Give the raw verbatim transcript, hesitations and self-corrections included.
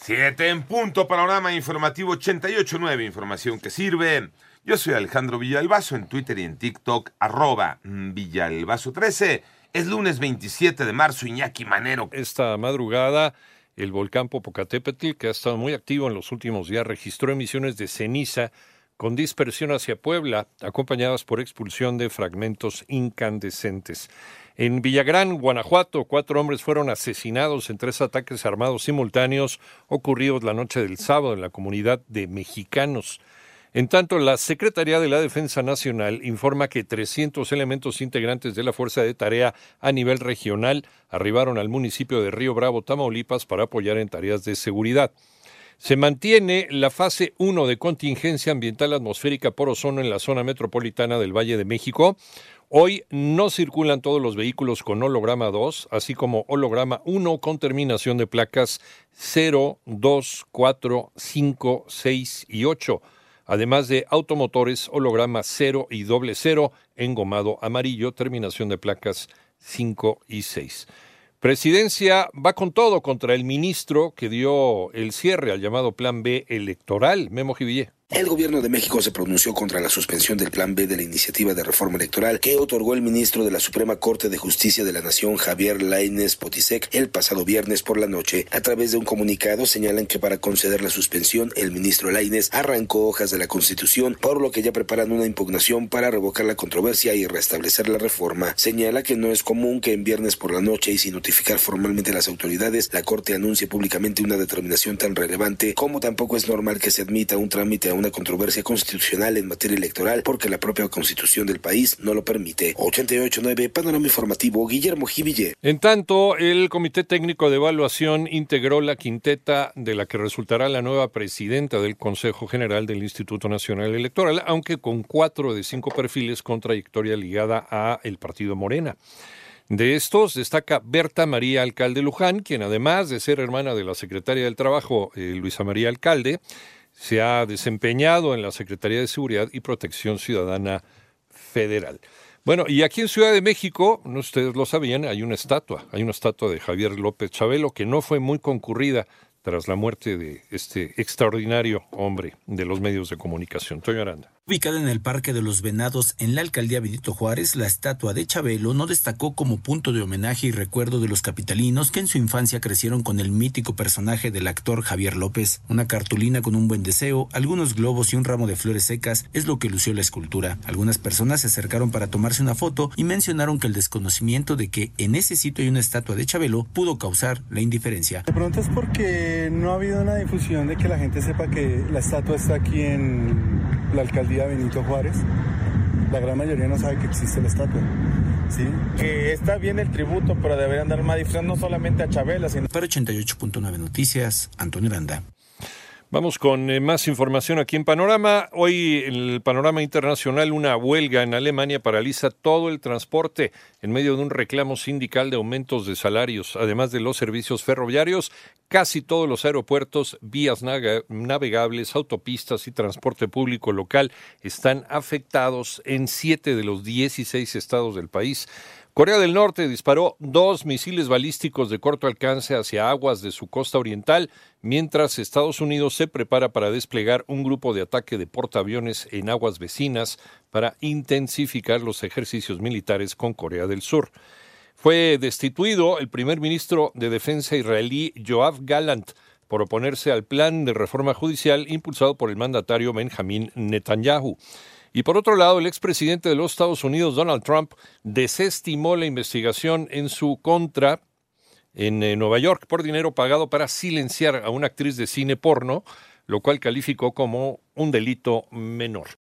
Siete en punto, panorama informativo ochenta y ocho punto nueve, información que sirve. Yo soy Alejandro Villalbazo, en Twitter y en TikTok, arroba Villalbazo trece. Es lunes veintisiete de marzo, Iñaki Manero. Esta madrugada, el volcán Popocatépetl, que ha estado muy activo en los últimos días, registró emisiones de ceniza con dispersión hacia Puebla, acompañadas por expulsión de fragmentos incandescentes. En Villagrán, Guanajuato, cuatro hombres fueron asesinados en tres ataques armados simultáneos ocurridos la noche del sábado en la comunidad de mexicanos. En tanto, la Secretaría de la Defensa Nacional informa que trescientos elementos integrantes de la Fuerza de Tarea a nivel regional arribaron al municipio de Río Bravo, Tamaulipas, para apoyar en tareas de seguridad. Se mantiene la fase uno de contingencia ambiental atmosférica por ozono en la zona metropolitana del Valle de México. Hoy no circulan todos los vehículos con holograma dos, así como holograma uno con terminación de placas cero, dos, cuatro, cinco, seis y ocho, además de automotores holograma cero y doble cero, engomado amarillo, terminación de placas cinco y seis. Presidencia va con todo contra el ministro que dio el cierre al llamado Plan B electoral, Memo Jivillé. El gobierno de México se pronunció contra la suspensión del Plan B de la iniciativa de reforma electoral que otorgó el ministro de la Suprema Corte de Justicia de la Nación, Javier Lainez Potisek, el pasado viernes por la noche. A través de un comunicado señalan que para conceder la suspensión, el ministro Lainez arrancó hojas de la Constitución, por lo que ya preparan una impugnación para revocar la controversia y restablecer la reforma. Señala que no es común que en viernes por la noche y sin notificar formalmente a las autoridades, la Corte anuncie públicamente una determinación tan relevante, como tampoco es normal que se admita un trámite a una controversia constitucional en materia electoral porque la propia Constitución del país no lo permite. ochenta y ocho punto nueve, panorama informativo, Guillermo Jivillé. En tanto, el Comité Técnico de Evaluación integró la quinteta de la que resultará la nueva presidenta del Consejo General del Instituto Nacional Electoral, aunque con cuatro de cinco perfiles con trayectoria ligada a el partido Morena. De estos destaca Berta María Alcalde Luján, quien además de ser hermana de la secretaria del Trabajo, eh, Luisa María Alcalde, se ha desempeñado en la Secretaría de Seguridad y Protección Ciudadana Federal. Bueno, y aquí en Ciudad de México, no ustedes lo sabían, hay una estatua, hay una estatua de Javier López Chabelo que no fue muy concurrida tras la muerte de este extraordinario hombre de los medios de comunicación. Toño Aranda. Ubicada en el Parque de los Venados, en la alcaldía Benito Juárez, la estatua de Chabelo no destacó como punto de homenaje y recuerdo de los capitalinos que en su infancia crecieron con el mítico personaje del actor Javier López. Una cartulina con un buen deseo, algunos globos y un ramo de flores secas es lo que lució la escultura. Algunas personas se acercaron para tomarse una foto y mencionaron que el desconocimiento de que en ese sitio hay una estatua de Chabelo pudo causar la indiferencia. De pronto es porque no ha habido una difusión de que la gente sepa que la estatua está aquí en la alcaldía Benito Juárez. La gran mayoría no sabe que existe la estatua. ¿Sí? Que está bien el tributo, pero deberían dar más difusión no solamente a Chabela, sino... Para ochenta y ocho punto nueve Noticias, Antonio Aranda. Vamos con eh, más información aquí en Panorama. Hoy en el panorama internacional, una huelga en Alemania paraliza todo el transporte en medio de un reclamo sindical de aumentos de salarios. Además de los servicios ferroviarios, casi todos los aeropuertos, vías navegables, autopistas y transporte público local están afectados en siete de los dieciséis estados del país. Corea del Norte disparó dos misiles balísticos de corto alcance hacia aguas de su costa oriental, mientras Estados Unidos se prepara para desplegar un grupo de ataque de portaaviones en aguas vecinas para intensificar los ejercicios militares con Corea del Sur. Fue destituido el primer ministro de Defensa israelí Yoav Gallant por oponerse al plan de reforma judicial impulsado por el mandatario Benjamín Netanyahu. Y por otro lado, el expresidente de los Estados Unidos, Donald Trump, desestimó la investigación en su contra en eh, Nueva York por dinero pagado para silenciar a una actriz de cine porno, lo cual calificó como un delito menor.